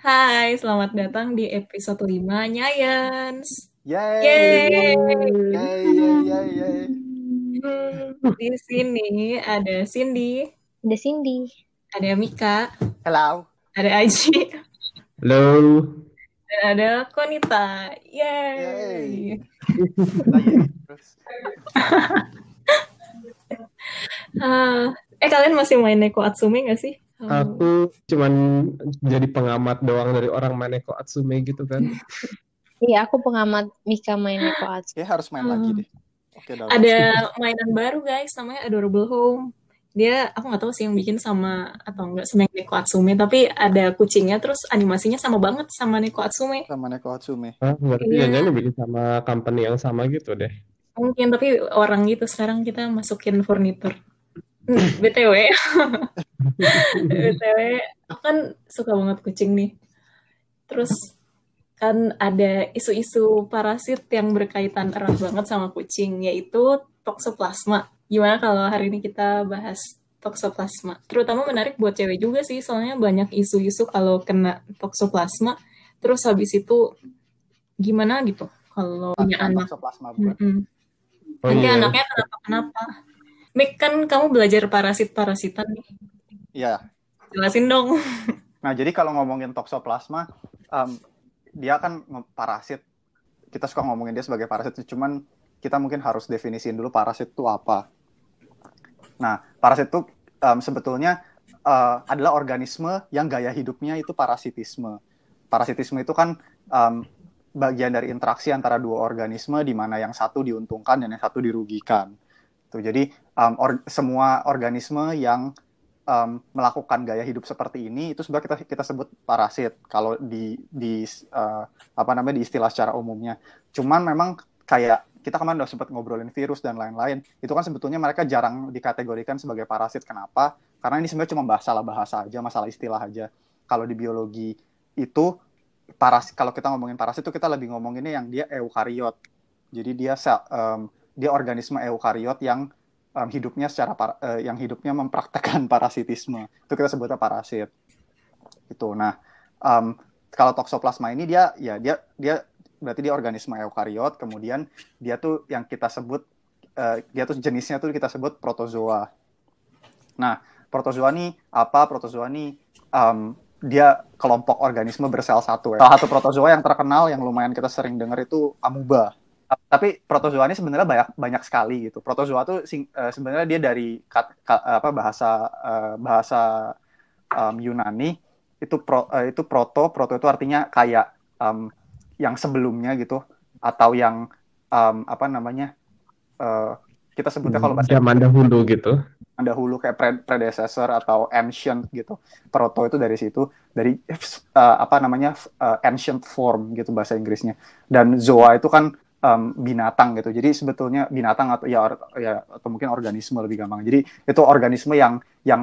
Hai, selamat datang di episode 5 Nyayans. Yay! Yeay! Yay, yay, yay, yay. Di sini ada Cindy, Ada Cindy. ada Mika, Hello. ada Aji, Halo, dan ada Konita. Yay. Yeay! Kita yay terus. Kalian masih main Neko Atsume nggak sih? aku cuman jadi pengamat doang dari orang Maneko Atsume gitu kan. Iya, aku pengamat Mika main Neko Atsu. Kayak harus main lagi deh. Oke, download. Ada mainan baru guys, namanya Adorable Home. Dia, aku nggak tahu sih yang bikin sama atau enggak sama yang Neko Atsume, tapi ada kucingnya, terus animasinya sama banget sama Neko Atsume. Sama Neko Hatsume. Berarti Iya. jangan bikin sama company yang sama gitu deh. Mungkin, tapi orang gitu sekarang kita masukin furnitur. BTW, BTW, aku kan suka banget kucing nih. Terus kan ada isu-isu parasit yang berkaitan erat banget sama kucing, yaitu toksoplasma. Gimana kalau hari ini kita bahas toksoplasma? Terutama menarik buat cewek juga sih, soalnya banyak isu-isu kalau kena toksoplasma. Terus habis itu gimana gitu kalau punya anak. Toksoplasma bukan? Mm-mm. Oh Nanti iya, anaknya kenapa-kenapa. Mik, kan kamu belajar parasit-parasitan nih. Iya. Jelasin dong. Nah, jadi kalau ngomongin toksoplasma, dia kan parasit. Kita suka ngomongin dia sebagai parasit, cuman kita mungkin harus definisiin dulu parasit itu apa. Nah, parasit itu sebetulnya adalah organisme yang gaya hidupnya itu parasitisme. Parasitisme itu kan bagian dari interaksi antara dua organisme di mana yang satu diuntungkan dan yang satu dirugikan. Tuh, jadi semua organisme yang melakukan gaya hidup seperti ini itu sebenarnya kita sebut parasit kalau di istilah secara umumnya. Cuman memang kayak kita kemarin udah sempat ngobrolin virus dan lain-lain, itu kan sebetulnya mereka jarang dikategorikan sebagai parasit. Kenapa? Karena ini sebenarnya cuma bahasa aja, masalah istilah aja. Kalau di biologi itu kalau kita ngomongin parasit itu kita lebih ngomonginnya yang dia eukariot. Jadi dia organisme eukariot yang hidupnya yang hidupnya mempraktekkan parasitisme. Itu kita sebutnya parasit. Itu. Nah, kalau toksoplasma ini dia berarti dia organisme eukariot, kemudian dia tuh yang kita sebut dia tuh jenisnya tuh kita sebut protozoa. Nah, protozoa ini apa? Protozoa ini dia kelompok organisme bersel satu. Salah satu protozoa yang terkenal yang lumayan kita sering dengar itu amuba. Tapi protozoa ini sebenarnya banyak sekali gitu. Protozoa tuh sebenarnya dia dari bahasa Yunani itu proto itu artinya kayak yang sebelumnya gitu, atau yang kita sebutnya kalau bahasa zaman dahulu gitu. Dahulu kayak predecessor atau ancient gitu. Proto itu dari situ, dari ancient form gitu bahasa Inggrisnya. Dan zoa itu kan binatang gitu. Jadi sebetulnya binatang atau mungkin organisme lebih gampang. Jadi itu organisme yang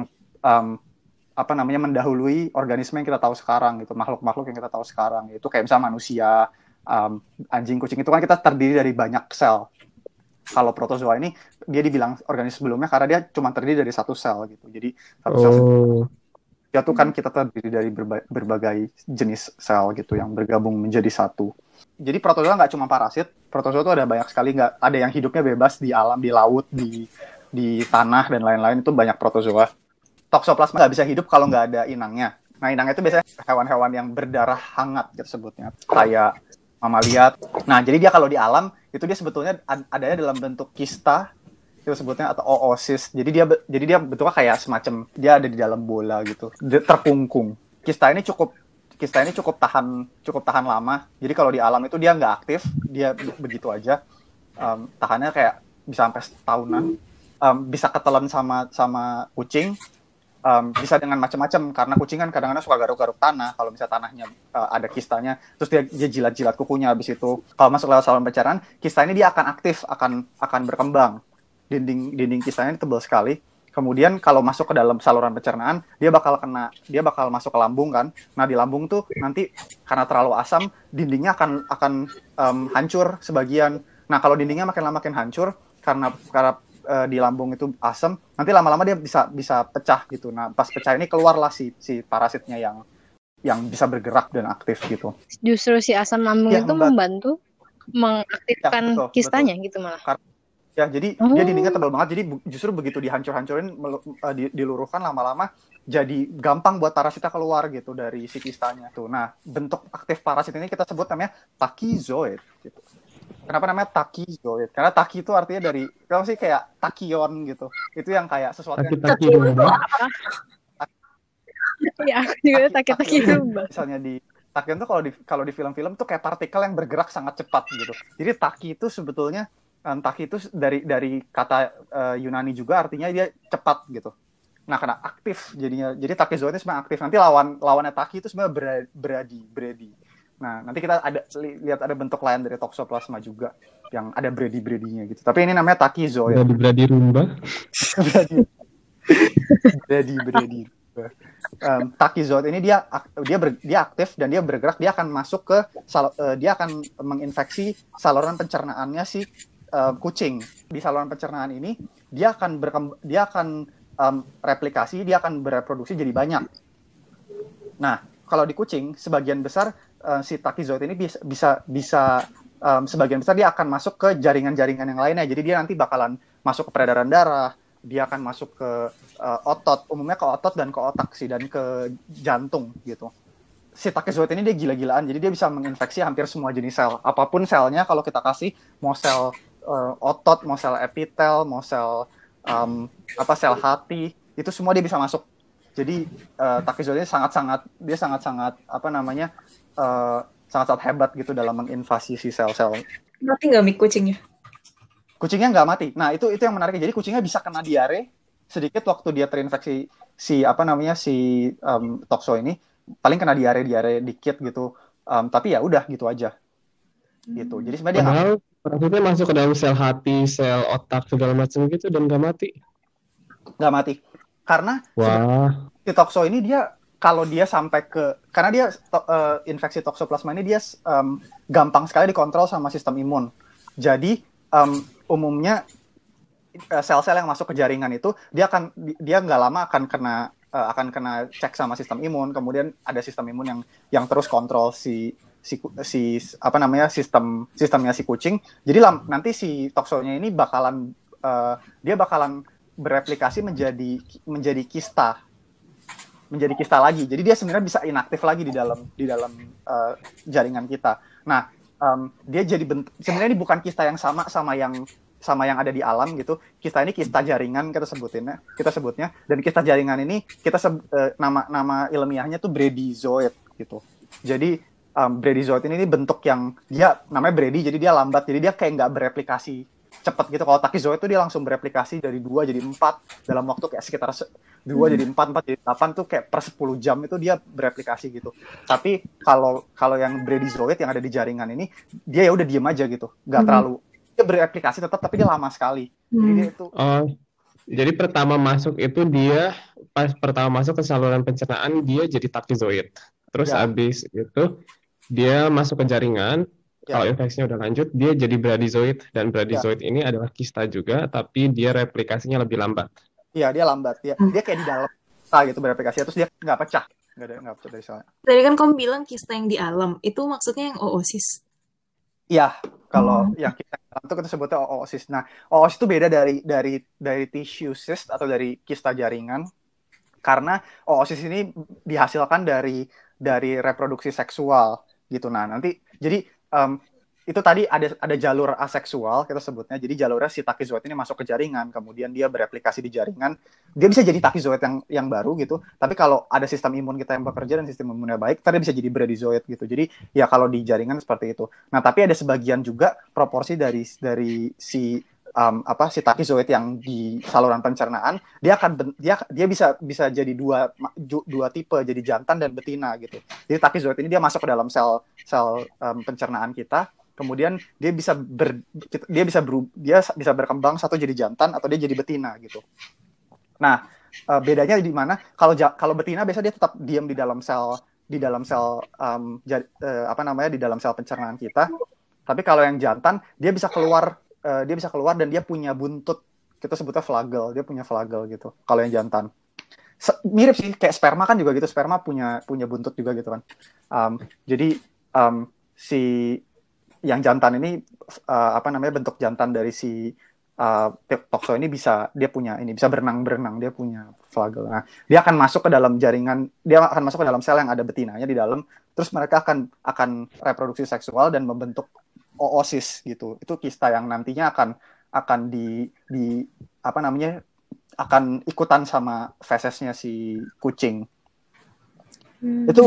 mendahului organisme yang kita tahu sekarang gitu, makhluk-makhluk yang kita tahu sekarang. Itu kayak misalnya manusia, anjing, kucing, itu kan kita terdiri dari banyak sel. Kalau protozoa ini dia dibilang organisme sebelumnya karena dia cuma terdiri dari satu sel gitu. Jadi satu sel dia tuh kan kita terdiri dari berbagai jenis sel gitu yang bergabung menjadi satu. Jadi protozoa nggak cuma parasit, protozoa tuh ada banyak sekali, nggak ada yang hidupnya bebas di alam, di laut, di tanah dan lain-lain, itu banyak protozoa. Toksoplasma nggak bisa hidup kalau nggak ada inangnya. Nah, inangnya itu biasanya hewan-hewan yang berdarah hangat gitu sebutnya, kayak mamalia. Nah, jadi dia kalau di alam itu dia sebetulnya adanya dalam bentuk kista, itu sebutnya, atau oosis. Jadi dia betulnya kayak semacam dia ada di dalam bola gitu, dia terkungkung. Kista ini cukup tahan lama. Jadi kalau di alam itu dia nggak aktif, dia begitu aja. Tahannya kayak bisa sampai setahunan. Bisa ketelan sama kucing. Bisa dengan macam-macam, karena kucing kan kadang-kadang suka garuk-garuk tanah. Kalau misalnya tanahnya ada kistanya, terus dia jilat-jilat kukunya. Habis itu kalau masuk lewat saluran pencernaan, kista ini dia akan aktif, akan berkembang. Dinding kistanya tebal sekali. Kemudian kalau masuk ke dalam saluran pencernaan, dia bakal masuk ke lambung kan. Nah, di lambung tuh nanti karena terlalu asam, dindingnya akan hancur sebagian. Nah, kalau dindingnya makin lama makin hancur karena di lambung itu asam, nanti lama-lama dia bisa pecah gitu. Nah, pas pecah ini keluarlah si parasitnya yang bisa bergerak dan aktif gitu. Justru si asam lambung Ya, itu membantu mengaktifkan betul. kistanya gitu malah. Ya, jadi dia dindingnya tebal banget, jadi justru begitu dihancur-hancurin, diluruhkan lama-lama, jadi gampang buat parasitnya keluar gitu dari si kistanya tuh. Nah, bentuk aktif parasit ini kita sebut namanya tachyzoid gitu. Kenapa namanya tachyzoid? Karena tachy itu artinya dari, apa sih, kayak tachyon gitu. Itu yang kayak sesuatu yang Taki-taki domba. Ya, aku juga taki-taki itu. misalnya di tachyon tuh kalau di film-film tuh kayak partikel yang bergerak sangat cepat gitu. Jadi tachy itu sebetulnya tachy itu dari kata Yunani juga artinya dia cepat gitu. Nah, karena aktif jadinya. Jadi tachyzoid ini sebenarnya aktif. Nanti lawannya tachy itu sebenarnya brady. Nah, nanti kita lihat ada bentuk lain dari toxoplasma juga yang ada brady-brady-nya gitu. Tapi ini namanya tachyzoid. Brady rumba. brady. Tachyzoid ini dia aktif dan dia bergerak, dia akan masuk ke dia akan menginfeksi saluran pencernaannya si kucing. Di saluran pencernaan ini dia akan replikasi, dia akan bereproduksi jadi banyak. Nah, kalau di kucing sebagian besar si tachyzoid ini bisa sebagian besar dia akan masuk ke jaringan-jaringan yang lainnya. Jadi dia nanti bakalan masuk ke peredaran darah, dia akan masuk ke otot, umumnya ke otot dan ke otak sih, dan ke jantung gitu. Si tachyzoid ini dia gila-gilaan, jadi dia bisa menginfeksi hampir semua jenis sel. Apapun selnya kalau kita kasih, mau sel otot, mau sel epitel, mau sel sel hati, itu semua dia bisa masuk. Jadi tachyzoid ini sangat-sangat sangat-sangat hebat gitu dalam menginvasi si sel-sel. Mati nggak mie kucingnya? Kucingnya nggak mati. Nah, itu yang menariknya. Jadi kucingnya bisa kena diare sedikit waktu dia terinfeksi si toxo ini, paling kena diare dikit gitu. Tapi ya udah gitu aja. Gitu. Jadi sebenarnya Padahal parasitnya masuk ke dalam sel hati, sel otak segala macam gitu dan nggak mati. Nggak mati. Karena si toxo ini dia kalau dia sampai karena dia infeksi toxoplasma ini dia gampang sekali dikontrol sama sistem imun. Jadi umumnya sel-sel yang masuk ke jaringan itu dia nggak lama akan kena cek sama sistem imun, kemudian ada sistem imun yang terus kontrol sistemnya si kucing. Jadi nanti si toxonya ini bakalan bereplikasi menjadi kista lagi. Jadi dia sebenarnya bisa inaktif lagi di dalam jaringan kita. Nah, dia jadi sebenarnya ini bukan kista yang sama yang ada di alam gitu. Kista ini kista jaringan kita sebutnya, dan kista jaringan ini nama ilmiahnya tuh bradyzoid gitu. Jadi bradyzoid ini bentuk yang dia namanya brady, jadi dia lambat, jadi dia kayak nggak bereplikasi cepat gitu. Kalau tachyzoid itu dia langsung bereplikasi dari 2 jadi 4 dalam waktu kayak sekitar 2 jadi 4 jadi 8 tuh kayak per 10 jam itu dia bereplikasi gitu. Tapi kalau yang bradyzoid yang ada di jaringan ini, dia ya udah diem aja gitu, nggak terlalu, dia bereplikasi tetap tapi dia lama sekali. Jadi dia itu jadi pertama masuk itu dia pas pertama masuk ke saluran pencernaan dia jadi tachyzoid. Terus abis itu dia masuk ke jaringan. Kalau infeksinya udah lanjut, dia jadi bradyzoid, dan bradyzoid ini adalah kista juga, tapi dia replikasinya lebih lambat. Iya, dia lambat. Dia kayak di dalam gitu bereplikasi, terus dia nggak pecah, nggak pecah dari selnya. Tadi kan kamu bilang kista yang di alam, itu maksudnya yang oosis? Iya, kalau yang kita sebutnya oosis. Nah, oosis itu beda dari tissue cyst atau dari kista jaringan, karena oosis ini dihasilkan dari reproduksi seksual gitu. Nah, nanti jadi itu tadi ada jalur aseksual kita sebutnya. Jadi jalurnya si tachyzoid ini masuk ke jaringan, kemudian dia bereplikasi di jaringan. Dia bisa jadi tachyzoid yang baru gitu. Tapi kalau ada sistem imun kita yang bekerja dan sistem imunnya baik, tadi bisa jadi bradyzoid gitu. Jadi ya kalau di jaringan seperti itu. Nah, tapi ada sebagian juga proporsi dari si tachyzoid yang di saluran pencernaan, dia bisa jadi dua tipe, jadi jantan dan betina gitu. Jadi tachyzoid ini dia masuk ke dalam sel pencernaan kita, kemudian dia bisa berkembang satu jadi jantan atau dia jadi betina gitu. Nah, bedanya di mana? Kalau betina biasanya dia tetap diam di dalam sel di dalam sel pencernaan kita. Tapi kalau yang jantan dia bisa keluar dan dia punya buntut, kita sebutnya flagel, dia punya flagel gitu kalau yang jantan. mirip sih kayak sperma kan juga gitu, sperma punya buntut juga gitu kan. Jadi si yang jantan ini bentuk jantan dari si toxo ini dia bisa berenang, dia punya flagel. Nah, dia akan masuk ke dalam sel yang ada betinanya di dalam, terus mereka akan reproduksi seksual dan membentuk oosis gitu. Itu kista yang nantinya akan akan ikutan sama fesesnya si kucing. Itu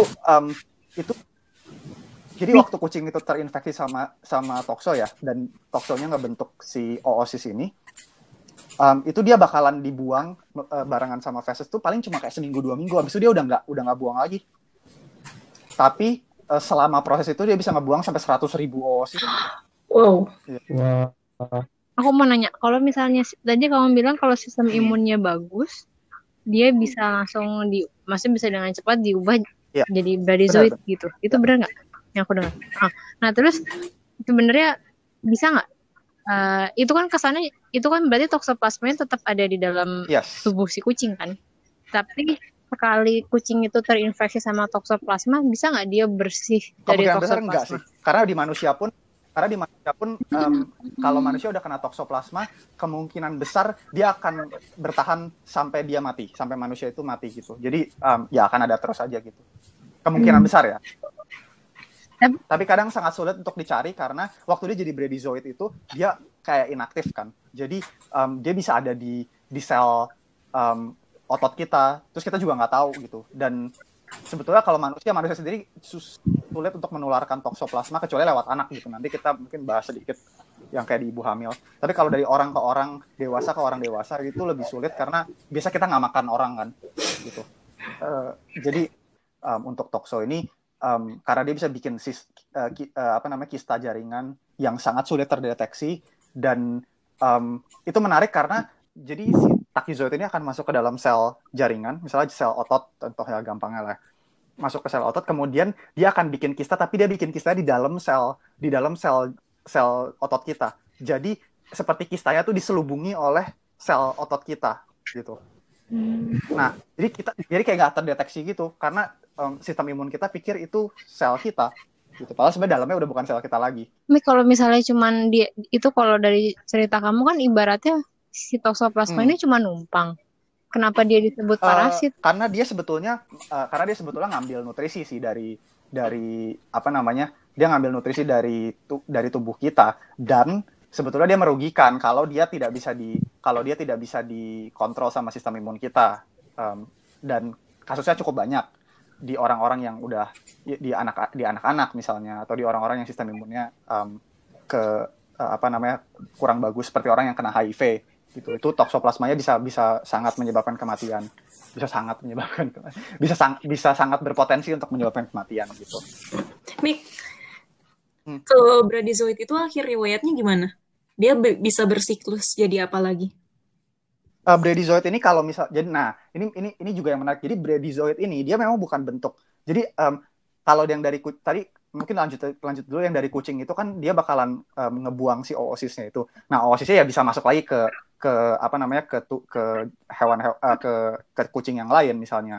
jadi waktu kucing itu terinfeksi sama toxo ya, dan toxonya ngebentuk si oosis ini, itu dia bakalan dibuang barengan sama feses tuh paling cuma kayak seminggu 2 minggu, habis itu dia udah nggak buang lagi. Tapi selama proses itu dia bisa ngebuang sampai 100.000 oosis. Wow. Aku mau nanya, kalau misalnya tadi kamu bilang kalau sistem imunnya bagus, dia bisa langsung maksudnya bisa dengan cepat diubah jadi bradyzoid gitu. Itu benar nggak? Yang aku dengar. Nah terus sebenarnya bisa nggak? Itu kan kesannya itu kan berarti toksoplasmanya tetap ada di dalam tubuh si kucing kan? Tapi sekali kucing itu terinfeksi sama toksoplasma, bisa nggak dia bersih dari toksoplasma? Besar enggak sih? Karena di manusia pun kalau manusia udah kena toksoplasma, kemungkinan besar dia akan bertahan sampai dia mati, sampai manusia itu mati gitu. Jadi ya akan ada terus aja gitu. Kemungkinan besar ya. Tapi kadang sangat sulit untuk dicari karena waktu dia jadi bradyzoid itu dia kayak inaktif kan. Jadi dia bisa ada di sel otot kita, terus kita juga nggak tahu gitu. Dan sebetulnya kalau manusia sendiri sulit untuk menularkan toksoplasma kecuali lewat anak gitu. Nanti kita mungkin bahas sedikit yang kayak di ibu hamil. Tapi kalau dari orang ke orang dewasa itu lebih sulit karena biasa kita nggak makan orang kan gitu. Jadi untuk tokso ini karena dia bisa bikin kista jaringan yang sangat sulit terdeteksi, dan itu menarik karena jadi si takizoid ini akan masuk ke dalam sel jaringan, misalnya sel otot, contohnya gampangnya lah, masuk ke sel otot, kemudian dia akan bikin kista, tapi dia bikin kista di dalam sel otot kita. Jadi seperti kistanya tuh diselubungi oleh sel otot kita gitu. Nah, jadi kayak nggak terdeteksi gitu karena sistem imun kita pikir itu sel kita gitu. Padahal sebenarnya dalamnya udah bukan sel kita lagi. Tapi kalau misalnya cuman dia itu, kalau dari cerita kamu kan ibaratnya si toksoplasma ini cuma numpang. Kenapa dia disebut parasit? Karena dia sebetulnya ngambil nutrisi sih dari dia ngambil nutrisi dari tubuh kita, dan sebetulnya dia merugikan kalau dia tidak bisa dikontrol sama sistem imun kita. Dan kasusnya cukup banyak di orang-orang yang udah di anak-anak misalnya, atau di orang-orang yang sistem imunnya kurang bagus, seperti orang yang kena HIV gitu. Itu toksoplasmanya bisa sangat menyebabkan kematian. Bisa sangat berpotensi untuk menyebabkan kematian gitu. Mik, kalau bradyzoid itu akhir riwayatnya gimana? Dia bisa bersiklus jadi apa lagi? Bradyzoid ini kalau ini juga yang menarik. Jadi bradyzoid ini dia memang bukan bentuk. Jadi kalau yang dari tadi mungkin lanjut dulu, yang dari kucing itu kan dia bakalan ngebuang si oosisnya itu. Nah, oosisnya ya bisa masuk lagi ke hewan ke kucing yang lain misalnya,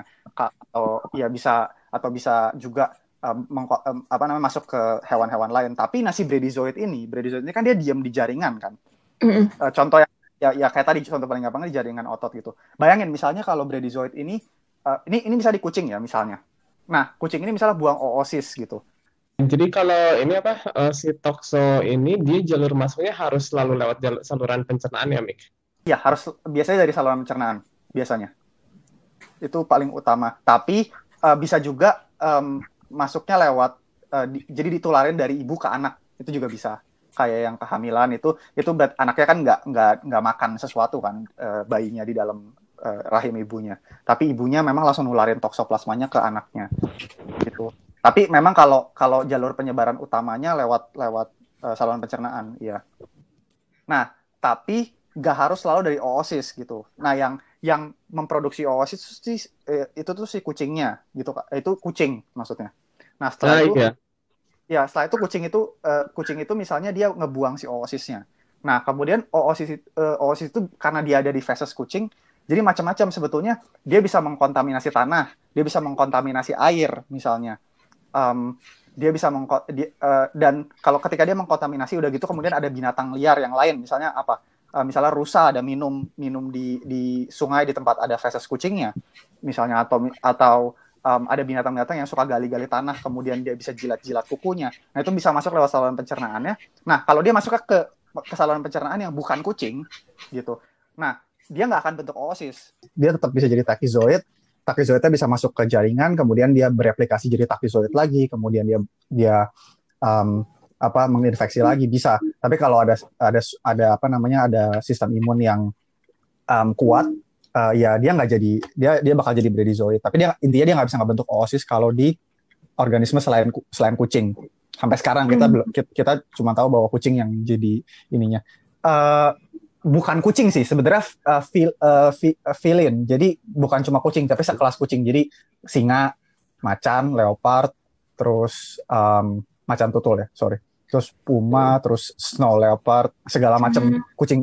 atau bisa juga masuk ke hewan-hewan lain. Tapi bradyzoid ini kan dia diam di jaringan kan. Contoh ya kayak tadi, contoh paling gampang di jaringan otot gitu. Bayangin misalnya kalau bradyzoid ini bisa di kucing ya misalnya. Nah, kucing ini misalnya buang oosis gitu. Jadi kalau ini si tokso ini dia jalur masuknya harus selalu lewat saluran pencernaan ya, Mik? Iya, biasanya dari saluran pencernaan biasanya. Itu paling utama. Tapi bisa juga masuknya lewat jadi ditularin dari ibu ke anak. Itu juga bisa. Kayak yang kehamilan itu anaknya kan nggak makan sesuatu kan, bayinya di dalam rahim ibunya. Tapi ibunya memang langsung nularin toksoplasmanya ke anaknya gitu. Tapi memang kalau jalur penyebaran utamanya lewat saluran pencernaan, ya. Nah, tapi nggak harus selalu dari oosis gitu. Nah, yang memproduksi oosis itu tuh si kucingnya gitu, itu kucing maksudnya. Nah, setelah itu setelah itu kucing itu misalnya dia ngebuang si oosisnya. Nah, kemudian oosis itu karena dia ada di feses kucing, Jadi macam-macam sebetulnya, dia bisa mengkontaminasi tanah, dia bisa mengkontaminasi air misalnya. Dia bisa dan kalau ketika dia mengkontaminasi udah gitu kemudian ada binatang liar yang lain, misalnya apa? Misalnya rusa ada minum di sungai di tempat ada feses kucingnya misalnya, atau ada binatang-binatang yang suka gali-gali tanah kemudian dia bisa jilat-jilat kukunya. Nah, itu bisa masuk lewat saluran pencernaannya. Nah, kalau dia masuk ke saluran pencernaan yang bukan kucing gitu. Nah, dia nggak akan bentuk oosis. Dia tetap bisa jadi tachyzoid. Tachyzoidnya bisa masuk ke jaringan, kemudian dia bereplikasi jadi tachyzoid lagi, kemudian dia menginfeksi lagi bisa. Tapi kalau ada sistem imun yang kuat, ya dia nggak jadi, dia bakal jadi bradyzoid. Tapi intinya dia nggak bisa ngebentuk oosis kalau di organisme selain kucing. Sampai sekarang kita cuma tahu bahwa kucing yang jadi ininya. Bukan kucing sih sebenarnya, felin. Jadi bukan cuma kucing tapi sekelas kucing. Jadi singa, macan, leopard, terus macan tutul ya, sorry. Terus puma, terus snow leopard, segala macam kucing.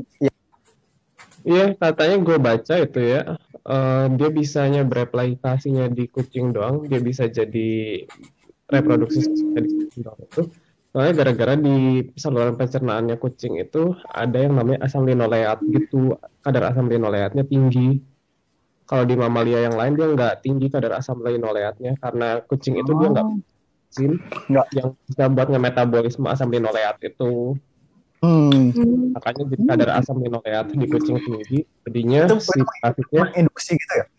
Iya, katanya gue baca itu ya, dia bisanya bereplikasinya di kucing doang, dia bisa jadi reproduksi di kucing doang itu. Soalnya gara-gara di saluran pencernaannya kucing itu ada yang namanya asam linoleat gitu, kadar asam linoleatnya tinggi. Kalau di mamalia yang lain dia nggak tinggi kadar asam linoleatnya, karena kucing itu dia nggak yang bisa buat nge-metabolisme asam linoleat itu. Makanya jadi kadar asam linoleat di kucing tinggi, jadinya si parasitnya menginduksi gitu ya?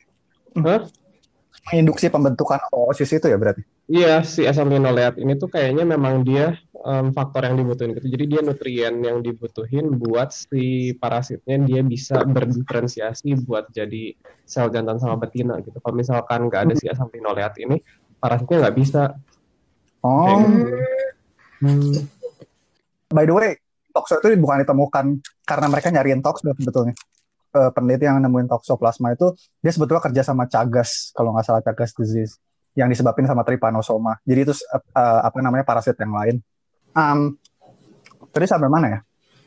Menginduksi pembentukan oosis itu ya berarti? Iya, si asam linoleat ini tuh kayaknya memang dia faktor yang dibutuhin gitu. Jadi dia nutrien yang dibutuhin buat si parasitnya dia bisa berdiferensiasi buat jadi sel jantan sama betina gitu. Kalau misalkan nggak ada si asam linoleat ini, parasitnya nggak bisa. By the way, toxo itu bukan ditemukan karena mereka nyariin toxo sebetulnya. Peneliti yang nemuin toxoplasma itu dia sebetulnya kerja sama Chagas, kalau nggak salah Chagas disease yang disebabkan sama trypanosoma. Jadi itu parasit yang lain. Tadi sampai mana ya?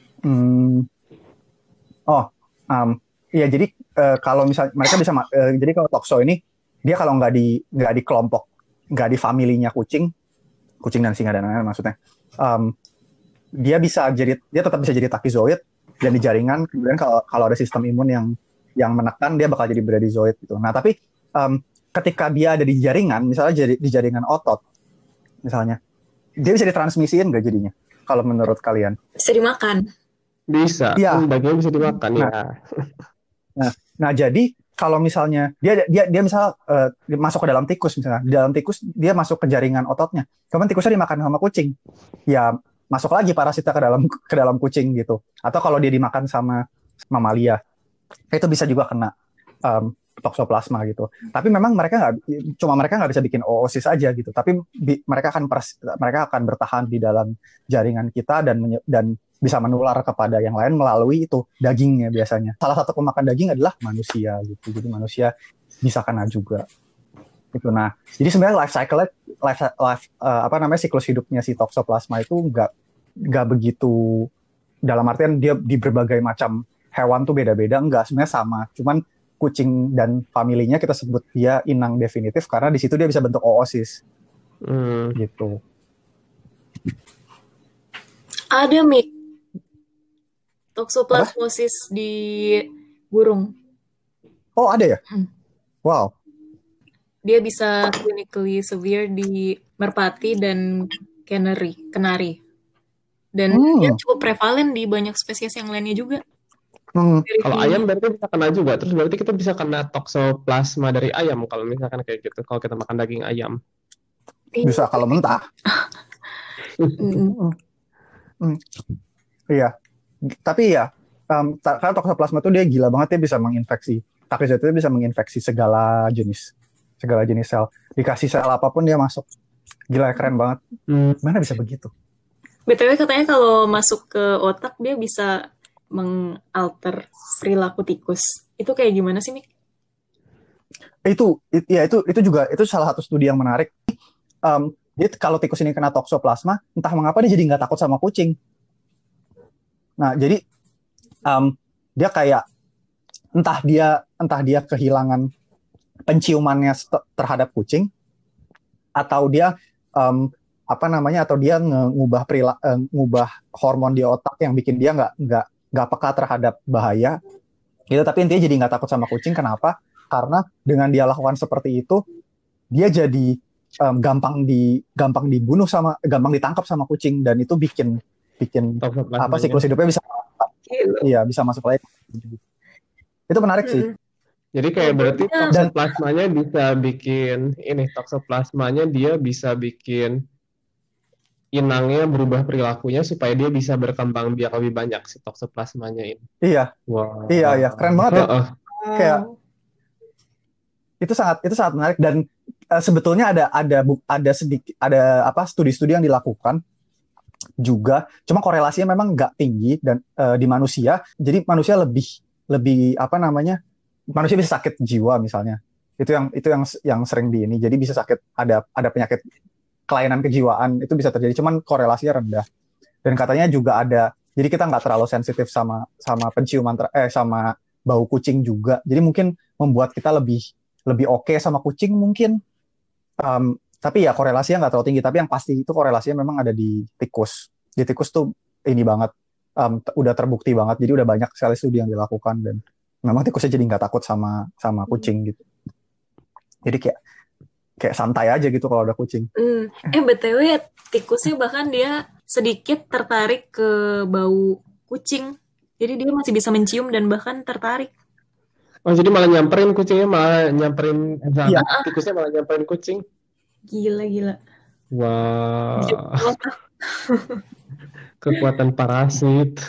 Iya, jadi kalau misalnya mereka bisa, jadi kalau toxo ini dia kalau nggak di kelompok, nggak di familinya kucing dan singa dan lain-lain maksudnya, dia tetap bisa jadi tachyzoid dan di jaringan. Kemudian kalau ada sistem imun yang menekan, dia bakal jadi bradyzoid gitu. Nah, tapi ketika dia ada di jaringan, misalnya di jaringan otot, misalnya, dia bisa ditransmisiin nggak jadinya? Kalau menurut kalian? Bisa dimakan. Bisa. Iya. Bagian bisa dimakan ya. Nah, jadi kalau misalnya dia misal masuk ke dalam tikus misalnya, di dalam tikus dia masuk ke jaringan ototnya, kemudian tikusnya dimakan sama kucing, ya masuk lagi parasitnya ke dalam kucing gitu. Atau kalau dia dimakan sama mamalia, itu bisa juga kena toxoplasma gitu. Tapi memang mereka nggak bisa bikin oosis aja gitu. Tapi mereka akan bertahan di dalam jaringan kita dan bisa menular kepada yang lain melalui itu dagingnya biasanya. Salah satu pemakan daging adalah manusia gitu. Jadi manusia bisa kena juga. Gitu. Nah, jadi sebenarnya siklus hidupnya si toxoplasma itu nggak begitu, dalam artian dia di berbagai macam hewan tuh beda-beda, enggak, sebenarnya sama. Cuman kucing dan familinya kita sebut dia inang definitif karena di situ dia bisa bentuk oosis. Gitu. Ada toxoplasmosis di burung. Oh, ada ya? Wow. Dia bisa clinically severe di merpati dan kenari. Dan dia cukup prevalen di banyak spesies yang lainnya juga. Kalau ayam berarti bisa kena juga. Terus berarti kita bisa kena toxoplasma dari ayam kalau misalkan kayak gitu. Kalau kita makan daging ayam. Bisa kalau mentah. Iya. Tapi ya, karena toxoplasma itu dia gila banget, dia bisa menginfeksi. Tachyzoid itu bisa menginfeksi segala jenis sel. Dikasih sel apapun dia masuk. Gila, keren banget. Mana bisa begitu? BTW katanya kalau masuk ke otak dia bisa mengalter perilaku tikus. Itu kayak gimana sih, Mik? Itu juga salah satu studi yang menarik. Dia kalau tikus ini kena toxoplasma, entah mengapa dia jadi nggak takut sama kucing. Nah, jadi dia kayak entah dia kehilangan penciumannya terhadap kucing, atau dia atau dia ngubah hormon di otak yang bikin dia nggak peka terhadap bahaya gitu. Tapi intinya jadi nggak takut sama kucing. Kenapa? Karena dengan dia lakukan seperti itu, dia jadi gampang ditangkap sama kucing, dan itu bikin siklus hidupnya bisa masuk lagi. Itu menarik sih. Jadi kayak berarti toksoplasmanya dia bisa bikin inangnya berubah perilakunya supaya dia bisa berkembang biak lebih banyak si toksoplasmanya ini. Iya. Wow. Iya, keren banget ya. Kayak itu sangat menarik. Dan sebetulnya ada studi-studi yang dilakukan juga, cuma korelasinya memang nggak tinggi dan di manusia. Jadi manusia lebih manusia bisa sakit jiwa misalnya. Itu yang sering jadi bisa sakit, ada penyakit kelainan kejiwaan, itu bisa terjadi, cuman korelasinya rendah. Dan katanya juga jadi kita nggak terlalu sensitif sama penciuman sama bau kucing juga. Jadi mungkin membuat kita lebih oke sama kucing mungkin. Tapi ya korelasinya nggak terlalu tinggi. Tapi yang pasti itu korelasinya memang ada di tikus. Di tikus tuh ini banget, udah terbukti banget. Jadi udah banyak sekali studi yang dilakukan, dan memang tikusnya jadi nggak takut sama kucing gitu. Jadi kayak santai aja gitu kalau ada kucing. BTW tikusnya bahkan dia sedikit tertarik ke bau kucing. Jadi dia masih bisa mencium dan bahkan tertarik. Oh, jadi malah nyamperin kucingnya, tikusnya malah nyamperin kucing. Gila. Wow. Kekuatan parasit.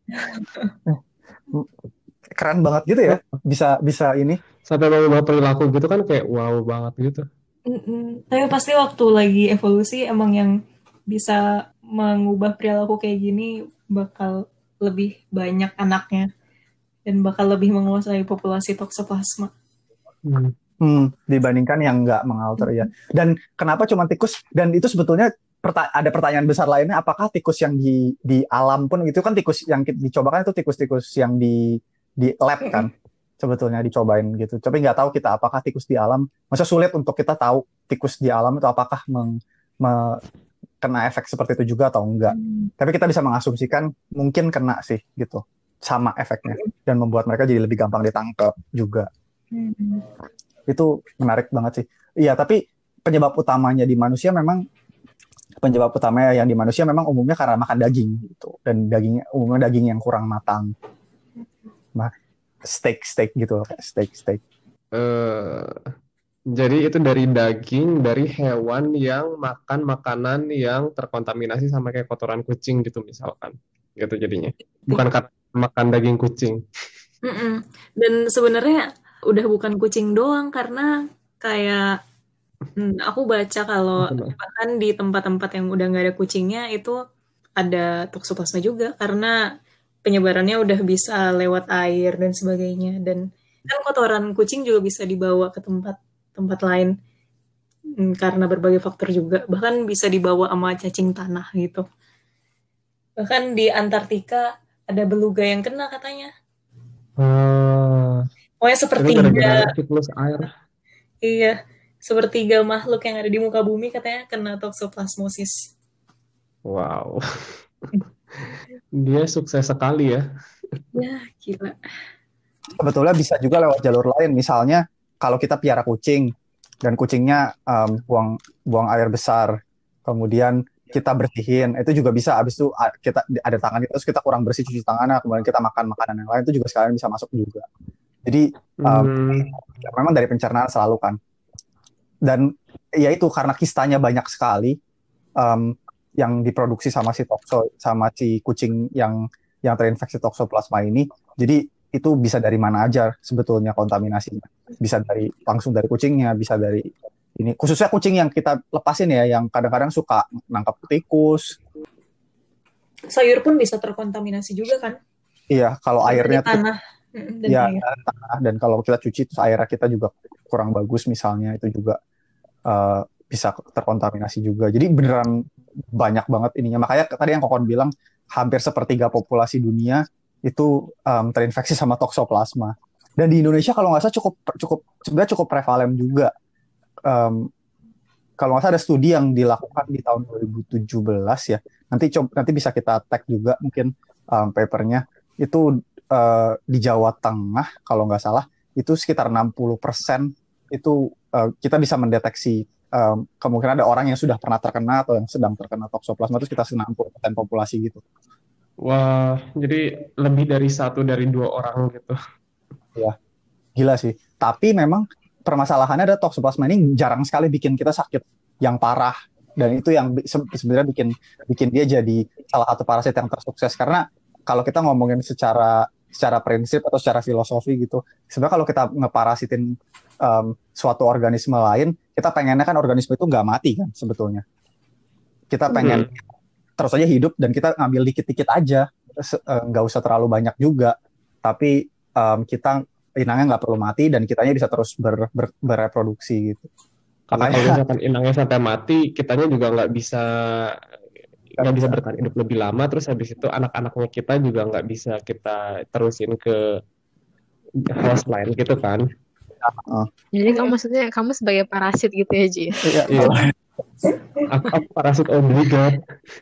Keren banget gitu ya. Bisa ini. Sampai mengubah perilaku gitu kan, kayak wow banget gitu. Tapi pasti waktu lagi evolusi emang yang bisa mengubah perilaku kayak gini bakal lebih banyak anaknya dan bakal lebih menguasai populasi toksoplasma. Dibandingkan yang nggak mengalter ya. Dan kenapa cuma tikus? Dan itu sebetulnya ada pertanyaan besar lainnya, apakah tikus yang di alam pun itu kan tikus yang dicobakan itu tikus-tikus yang di lab kan sebetulnya dicobain gitu. Tapi nggak tahu kita apakah tikus di alam. Masa sulit untuk kita tahu tikus di alam itu apakah kena efek seperti itu juga atau enggak. Tapi kita bisa mengasumsikan mungkin kena sih gitu, sama efeknya, dan membuat mereka jadi lebih gampang ditangkap juga. Itu menarik banget sih. Iya, tapi penyebab utamanya yang di manusia memang umumnya karena makan daging gitu, dan umumnya daging yang kurang matang. Nah, steak gitu, kayak steak. Jadi itu dari daging dari hewan yang makan makanan yang terkontaminasi sama kayak kotoran kucing gitu misalkan, gitu jadinya. Bukan makan daging kucing. Dan sebenarnya udah bukan kucing doang, karena kayak aku baca kalau bahkan di tempat-tempat yang udah nggak ada kucingnya itu ada toksoplasma juga, karena penyebarannya udah bisa lewat air dan sebagainya. Dan kan kotoran kucing juga bisa dibawa ke tempat lain karena berbagai faktor juga. Bahkan bisa dibawa sama cacing tanah gitu. Bahkan di Antartika ada beluga yang kena katanya. Pokoknya sepertiga siklus air. Iya, sepertiga makhluk yang ada di muka bumi katanya kena toksoplasmosis. Wow. Dia sukses sekali ya. Ya, gila. Sebetulnya bisa juga lewat jalur lain. Misalnya kalau kita piara kucing dan kucingnya buang air besar, kemudian kita bersihin, itu juga bisa. Abis itu kita ada tangan, terus kita kurang bersih cuci tangannya, kemudian kita makan makanan yang lain, itu juga sekalian bisa masuk juga. Jadi memang dari pencernaan selalu kan. Dan ya itu karena kistanya banyak sekali yang diproduksi sama si kucing yang terinfeksi toksoplasma ini. Jadi itu bisa dari mana aja sebetulnya kontaminasinya. Bisa langsung dari kucingnya, bisa dari ini. Khususnya kucing yang kita lepasin ya, yang kadang-kadang suka nangkap tikus. Sayur pun bisa terkontaminasi juga kan? Iya, kalau airnya tanah. Tanah. Dan kalau kita cuci terus airnya kita juga kurang bagus misalnya, itu juga bisa terkontaminasi juga. Jadi beneran banyak banget ininya. Makanya tadi yang Kokon bilang hampir sepertiga populasi dunia itu terinfeksi sama toksoplasma. Dan di Indonesia kalau nggak salah sebenarnya cukup prevalen juga. Kalau nggak salah ada studi yang dilakukan di tahun 2017 ya. Nanti bisa kita tag juga mungkin papernya. Itu di Jawa Tengah kalau nggak salah itu sekitar 60% itu kita bisa mendeteksi kemungkinan ada orang yang sudah pernah terkena atau yang sedang terkena toksoplasma, itu sekitar 60% populasi gitu. Wah, jadi lebih dari 1 dari 2 orang gitu. Ya, gila sih. Tapi memang permasalahannya ada toksoplasma ini jarang sekali bikin kita sakit yang parah. Dan itu yang sebenarnya bikin dia jadi salah satu parasit yang tersukses. Karena kalau kita ngomongin secara prinsip atau secara filosofi gitu, sebenarnya kalau kita ngeparasitin suatu organisme lain, kita pengennya kan organisme itu nggak mati kan sebetulnya. Kita pengen terus aja hidup dan kita ngambil dikit-dikit aja, nggak usah terlalu banyak juga. Tapi kita inangnya nggak perlu mati dan kitanya bisa terus bereproduksi gitu. Karena kalau misalkan inangnya sampai mati, kitanya juga nggak bisa bertahan hidup lebih lama. Terus habis itu anak-anaknya kita juga nggak bisa kita terusin ke host lain gitu kan. Jadi maksudnya kamu sebagai parasit gitu ya, Ji? Iya. Aku parasit obligat.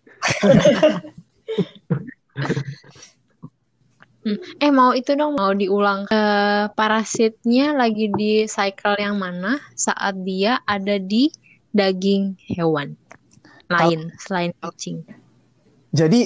Mau itu dong, mau diulang. Parasitnya lagi di cycle yang mana saat dia ada di daging hewan lain selain kucing? Jadi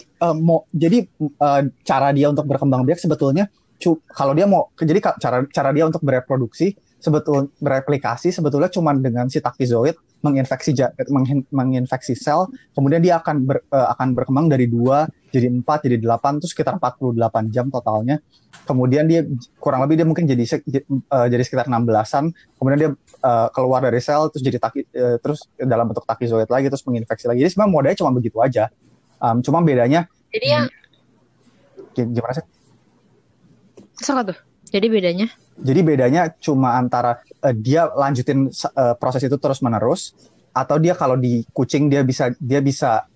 cara dia untuk berkembang biak sebetulnya kalau dia mau, jadi cara dia untuk bereplikasi sebetulnya cuma dengan si takizoid menginfeksi sel, kemudian dia akan berkembang dari 2 jadi 4 jadi 8, terus sekitar 48 jam totalnya. Kemudian dia kurang lebih dia mungkin jadi sekitar 16-an, kemudian dia keluar dari sel terus jadi terus dalam bentuk takizoid lagi terus menginfeksi lagi. Jadi sebenarnya modelnya cuma begitu aja. Cuma bedanya jadi yang gimana sih? Tuh. Jadi bedanya cuma antara dia lanjutin proses itu terus menerus, atau dia kalau di kucing dia bisa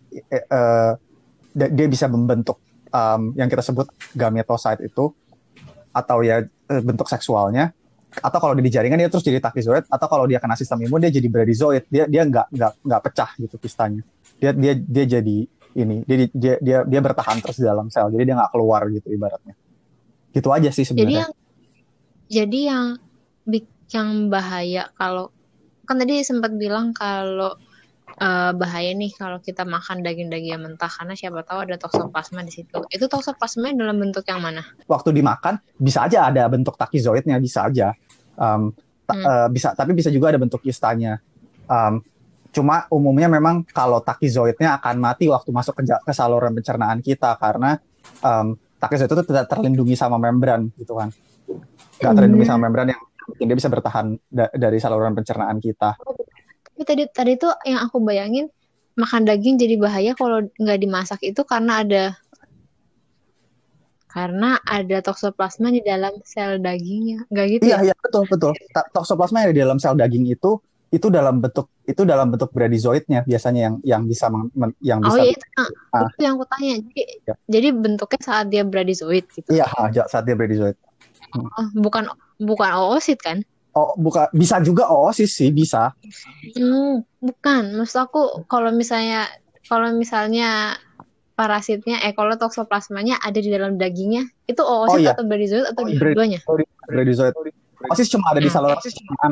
membentuk yang kita sebut gametocyte itu, atau ya bentuk seksualnya, atau kalau di jaringan dia terus jadi takizoid, atau kalau dia kena sistem imun dia jadi bradyzoid, dia nggak pecah gitu kistanya, dia jadi ini, dia bertahan terus di dalam sel, jadi dia nggak keluar gitu ibaratnya. Gitu aja sih sebenarnya. Jadi yang bahaya, kalau kan tadi sempat bilang kalau bahaya nih kalau kita makan daging-daging yang mentah karena siapa tahu ada toksoplasma di situ. Itu toksoplasma dalam bentuk yang mana? Waktu dimakan bisa aja ada bentuk takizoidnya, bisa aja. Tapi bisa juga ada bentuk kistanya. Cuma umumnya memang kalau takizoidnya akan mati waktu masuk ke saluran pencernaan kita, karena takizoid itu tidak terlindungi sama membran gitu kan. Nggak terlindungi sama membran yang dia bisa bertahan dari saluran pencernaan kita. Tapi tadi tuh yang aku bayangin, makan daging jadi bahaya kalau nggak dimasak itu karena ada toksoplasma di dalam sel dagingnya, nggak gitu? Iya betul. Toksoplasma yang di dalam sel daging itu dalam bentuk bradyzoidnya biasanya yang bisa itu yang aku tanya. Jadi bentuknya saat dia bradyzoid gitu. Iya, saat dia bradyzoid. Bukan oosit kan? Oh, bukan, bisa juga oosis sih, bisa. Bukan, maksud aku kalau misalnya parasitnya, kalau toksoplasmanya ada di dalam dagingnya, itu oosit atau bradyzoid atau dua-duanya? Bradyzoid. Oosis cuma ada di saluran pencernaan,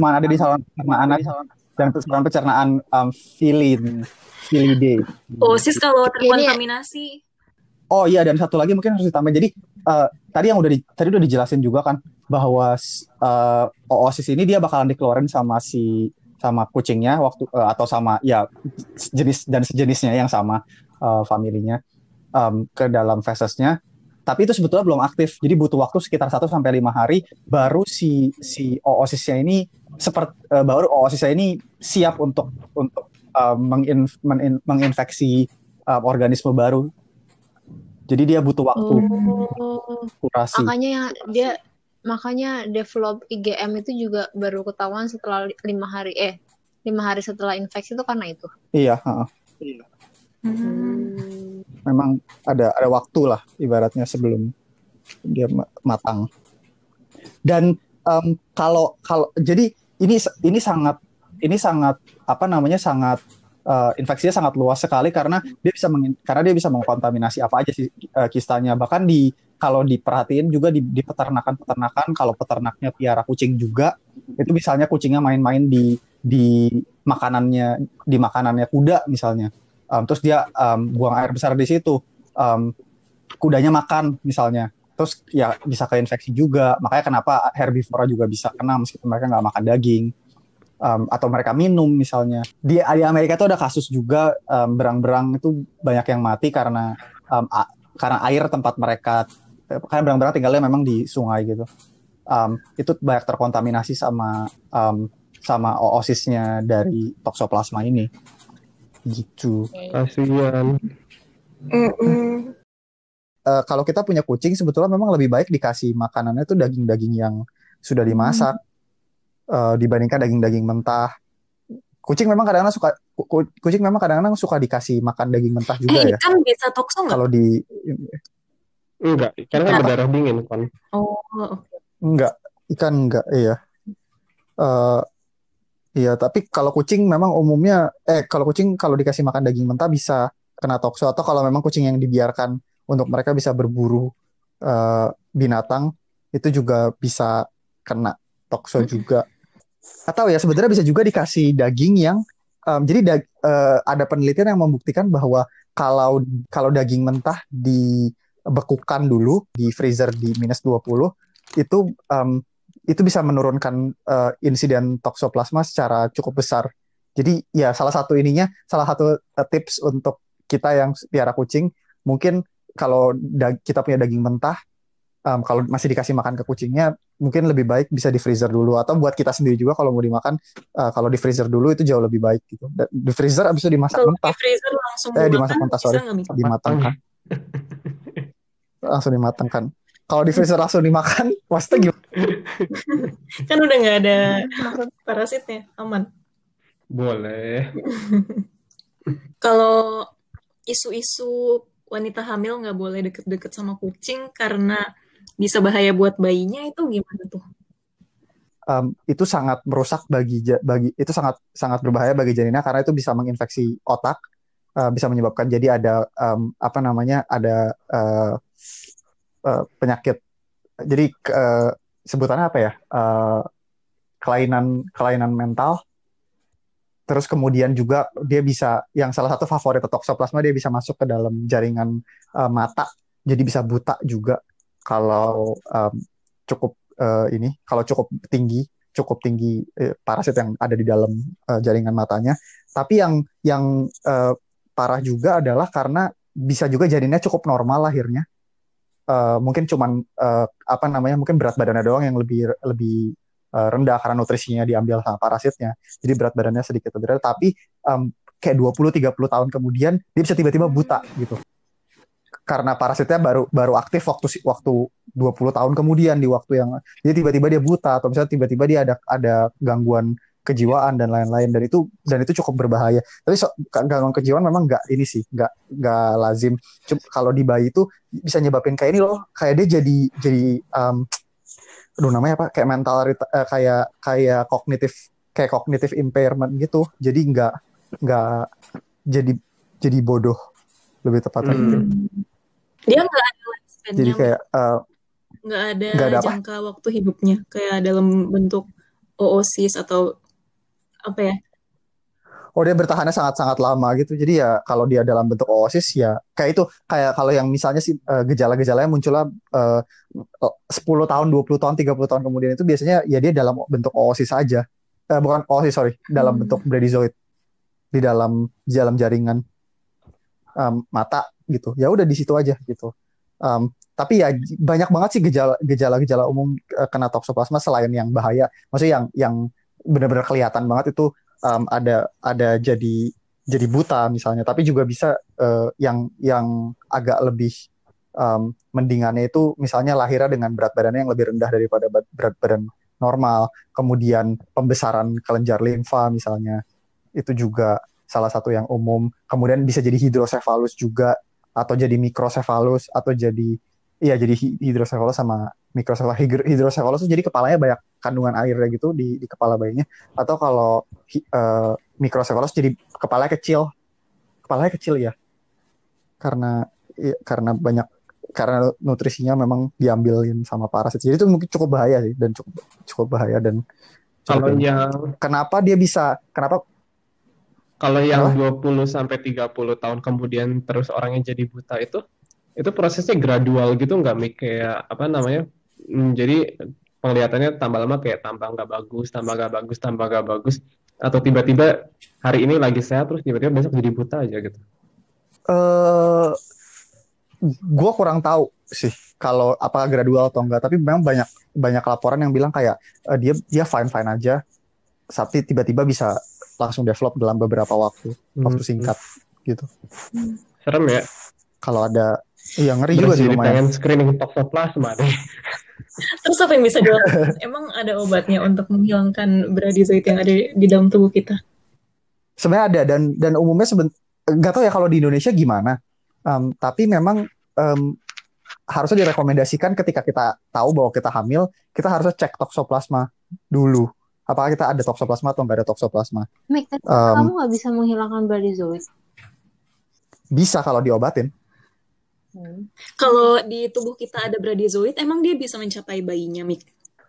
dan saluran pencernaan Felidae. Oosis kalau terkontaminasi. Oh iya, dan satu lagi mungkin harus ditambah. Jadi tadi udah dijelasin juga kan bahwa oosis ini dia bakalan dikeluarin sama kucingnya atau sama ya jenis dan sejenisnya yang sama familinya ke dalam fesesnya. Tapi itu sebetulnya belum aktif. Jadi butuh waktu sekitar 1-5 hari baru si oosisnya ini siap untuk menginfeksi organisme baru. Jadi dia butuh waktu kurasi. Makanya develop IgM itu juga baru ketahuan setelah 5 hari setelah infeksi itu karena itu. Iya. Memang ada waktu lah ibaratnya sebelum dia matang. Dan kalau jadi ini sangat apa namanya sangat infeksinya sangat luas sekali karena dia bisa mengkontaminasi apa aja sih kistanya. Bahkan kalau diperhatiin juga di peternakan kalau peternaknya piara kucing juga, itu misalnya kucingnya main-main di makanannya kuda misalnya. Terus dia buang air besar di situ. Kudanya makan misalnya. Terus ya bisa keinfeksi juga. Makanya kenapa herbivora juga bisa kena meskipun mereka nggak makan daging. Atau mereka minum misalnya. Di Amerika itu ada kasus juga berang-berang itu banyak yang mati karena air tempat mereka, karena berang-berang tinggalnya memang di sungai gitu. Itu banyak terkontaminasi sama oosisnya dari toxoplasma ini. Gitu. Kasihan. Kalau kita punya kucing sebetulnya memang lebih baik dikasih makanannya tuh daging-daging yang sudah dimasak dibandingkan daging-daging mentah. Kucing memang kadang-kadang suka dikasih makan daging mentah juga ya. Ikan bisa toxo nggak? Kalau enggak, ikan kan berdarah dingin kan. Oh, okay. Enggak, ikan enggak, iya. Iya, tapi kalau kucing memang umumnya kalau dikasih makan daging mentah bisa kena toxo, atau kalau memang kucing yang dibiarkan untuk mereka bisa berburu binatang itu juga bisa kena toxo juga. Atau ya sebenarnya bisa juga dikasih daging yang jadi ada penelitian yang membuktikan bahwa kalau daging mentah dibekukan dulu di freezer di -20 itu bisa menurunkan insiden toxoplasma secara cukup besar. Jadi ya salah satu tips untuk kita yang piara kucing, mungkin kalau kita punya daging mentah, kalau masih dikasih makan ke kucingnya, mungkin lebih baik bisa di freezer dulu, atau buat kita sendiri juga kalau mau dimakan, kalau di freezer dulu itu jauh lebih baik gitu. Di freezer abis itu dimasak mentah. Di freezer langsung dimasak mentah, dimatangkan. Langsung dimatangkan. Kalau di freezer langsung dimakan, maksudnya gimana? Kan udah nggak ada parasitnya, aman. Boleh. Kalau isu-isu wanita hamil nggak boleh deket-deket sama kucing karena bisa bahaya buat bayinya, itu gimana tuh? Itu sangat merusak itu sangat berbahaya bagi janinnya karena itu bisa menginfeksi otak, bisa menyebabkan jadi ada penyakit. Jadi sebutannya apa ya? Kelainan mental. Terus kemudian juga dia bisa, yang salah satu favorit toxoplasma, dia bisa masuk ke dalam jaringan mata, jadi bisa buta juga kalau cukup tinggi parasit yang ada di dalam jaringan matanya. Tapi yang parah juga adalah karena bisa juga janinnya cukup normal lahirnya, mungkin cuman mungkin berat badannya doang yang lebih rendah karena nutrisinya diambil sama parasitnya. Jadi berat badannya sedikit lebih rendah, tapi kayak 20-30 tahun kemudian dia bisa tiba-tiba buta gitu. Karena parasitnya baru aktif waktu 20 tahun kemudian, di waktu yang jadi tiba-tiba dia buta, atau misalnya tiba-tiba dia ada gangguan kejiwaan dan lain-lain, dan itu cukup berbahaya. Tapi gangguan kejiwaan memang nggak lazim. Kalau di bayi itu bisa nyebabin kayak ini loh, kayak dia jadi namanya apa, kayak mental kayak kognitif impairment gitu. Jadi nggak jadi bodoh, lebih tepatnya gitu. Dia nggak ada lifespan-nya, jadi kayak nggak ada jangka waktu hidupnya kayak dalam bentuk oosis atau apa ya? Oh, dia bertahannya sangat-sangat lama gitu. Jadi ya kalau dia dalam bentuk oosis ya kayak itu, kayak kalau yang misalnya sih gejala-gejalanya munculnya 10 tahun, 20 tahun, 30 tahun kemudian, itu biasanya ya dia dalam bentuk oosis aja. Bukan oosis, dalam bentuk bradyzoid di dalam jaringan mata gitu. Ya udah di situ aja gitu. Tapi ya banyak banget sih gejala-gejala umum kena toxoplasma selain yang bahaya. Maksudnya yang benar-benar kelihatan banget itu ada jadi buta misalnya, tapi juga bisa yang agak lebih mendingannya itu misalnya lahirnya dengan berat badannya yang lebih rendah daripada berat badan normal, kemudian pembesaran kelenjar limfa misalnya, itu juga salah satu yang umum. Kemudian bisa jadi hidrosefalus juga, atau jadi mikrosefalus, atau jadi hidrosefalus sama hidrocephalus tuh jadi kepalanya banyak kandungan airnya gitu di kepala bayinya, atau kalau microcephalus jadi kepalanya kecil ya, karena banyak, karena nutrisinya memang diambilin sama parasit. Jadi itu mungkin cukup bahaya sih, dan cukup bahaya dan Kalau cukup ini. yang Kenapa kalau yang 20 sampai 30 tahun kemudian terus orangnya jadi buta itu prosesnya gradual gitu nggak, Mik? Kayak apa namanya? Jadi penglihatannya tambah lama kayak tambah nggak bagus, tambah nggak bagus, tambah nggak bagus, atau tiba-tiba hari ini lagi sehat terus tiba-tiba besok jadi buta aja gitu. eh gue kurang tahu sih kalau apakah gradual atau enggak, tapi memang banyak laporan yang bilang kayak dia fine fine aja, tapi tiba-tiba bisa langsung develop dalam beberapa waktu singkat gitu. Serem ya. Kalau ada, yang ngeri Terus juga sih jadi lumayan. pengen screening toxoplasma deh. Terus apa yang bisa dilakukan? Emang ada obatnya untuk menghilangkan bradyzoid yang ada di dalam tubuh kita? Sebenarnya ada, dan umumnya nggak tahu ya kalau di Indonesia gimana. Tapi memang harusnya direkomendasikan ketika kita tahu bahwa kita hamil, kita harusnya cek toxoplasma dulu. Apakah kita ada toxoplasma atau nggak ada toxoplasma. Mik, kamu nggak bisa menghilangkan bradyzoid? Bisa kalau diobatin. Kalau di tubuh kita ada bradyzoid, emang dia bisa mencapai bayinya, Mik?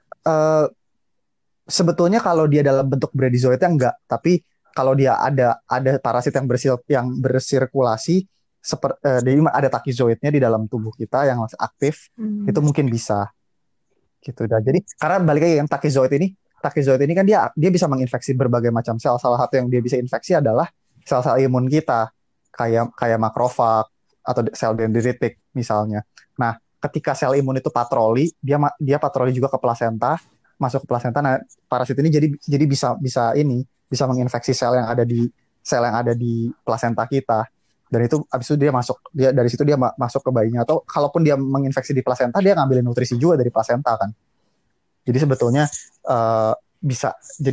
Sebetulnya kalau dia dalam bentuk bradyzoidnya enggak, tapi kalau dia ada parasit yang bersirkulasi, jadi ada takizoidnya di dalam tubuh kita yang masih aktif, itu mungkin bisa gitu. Dan jadi karena balik lagi yang takizoid ini kan dia bisa menginfeksi berbagai macam sel. Salah satu yang dia bisa infeksi adalah sel-sel imun kita, kayak makrofag atau sel dendritik misalnya. Nah, ketika sel imun itu patroli, dia patroli juga ke plasenta, masuk ke plasenta. Nah, parasit ini jadi bisa menginfeksi sel yang ada di plasenta kita. Dan itu abis itu dari situ dia masuk ke bayinya, atau kalaupun dia menginfeksi di plasenta, dia ngambilin nutrisi juga dari plasenta kan. Jadi sebetulnya bisa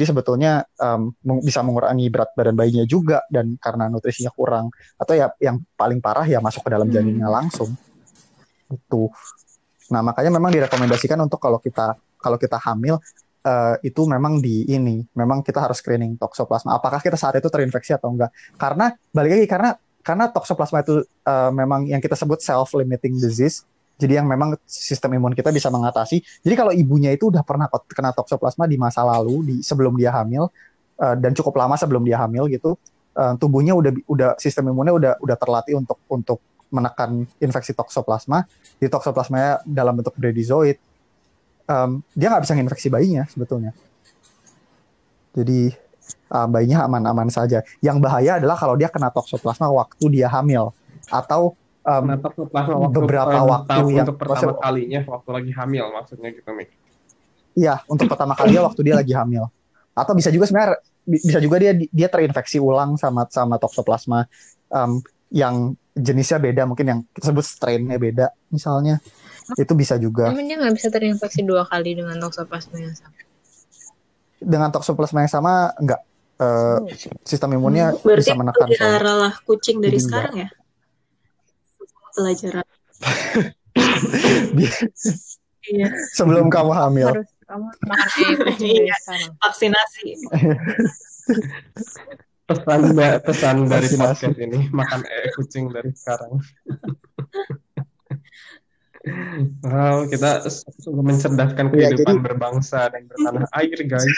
mengurangi berat badan bayinya juga, dan karena nutrisinya kurang, atau ya yang paling parah ya masuk ke dalam janinnya langsung itu. Nah, makanya memang direkomendasikan untuk kalau kita hamil, itu memang memang kita harus screening toxoplasma. Apakah kita saat itu terinfeksi atau enggak? Karena balik lagi, karena toxoplasma itu memang yang kita sebut self-limiting disease. Jadi yang memang sistem imun kita bisa mengatasi. Jadi kalau ibunya itu udah pernah kena toxoplasma di masa lalu, sebelum dia hamil, dan cukup lama sebelum dia hamil gitu, tubuhnya udah sistem imunnya udah terlatih untuk menekan infeksi toxoplasma. Di toxoplasmanya dalam bentuk bradyzoid, dia nggak bisa nginfeksi bayinya sebetulnya. Jadi bayinya aman-aman saja. Yang bahaya adalah kalau dia kena toxoplasma waktu dia hamil, atau beberapa waktu yang untuk pertama kalinya waktu lagi hamil, maksudnya gitu, Mik. Iya, untuk pertama kalinya waktu dia lagi hamil. Atau bisa juga sebenarnya dia terinfeksi ulang sama toxoplasma yang jenisnya beda, mungkin yang kita sebut strain-nya beda misalnya. Itu bisa juga. Emang dia nggak bisa terinfeksi 2 kali dengan toxoplasma yang sama? Dengan toxoplasma yang sama enggak. Sistem imunnya berarti bisa menekan. Berarti peliharalah kucing dari sekarang ya? Pelajaran. Iya. Sebelum kamu hamil. Harus kamu makan kucing dari sekarang. Vaksinasi. Pesan dari podcast ini, makan kucing dari sekarang. Wow, kita sungguh mencerdaskan kehidupan berbangsa dan bertanah air, guys.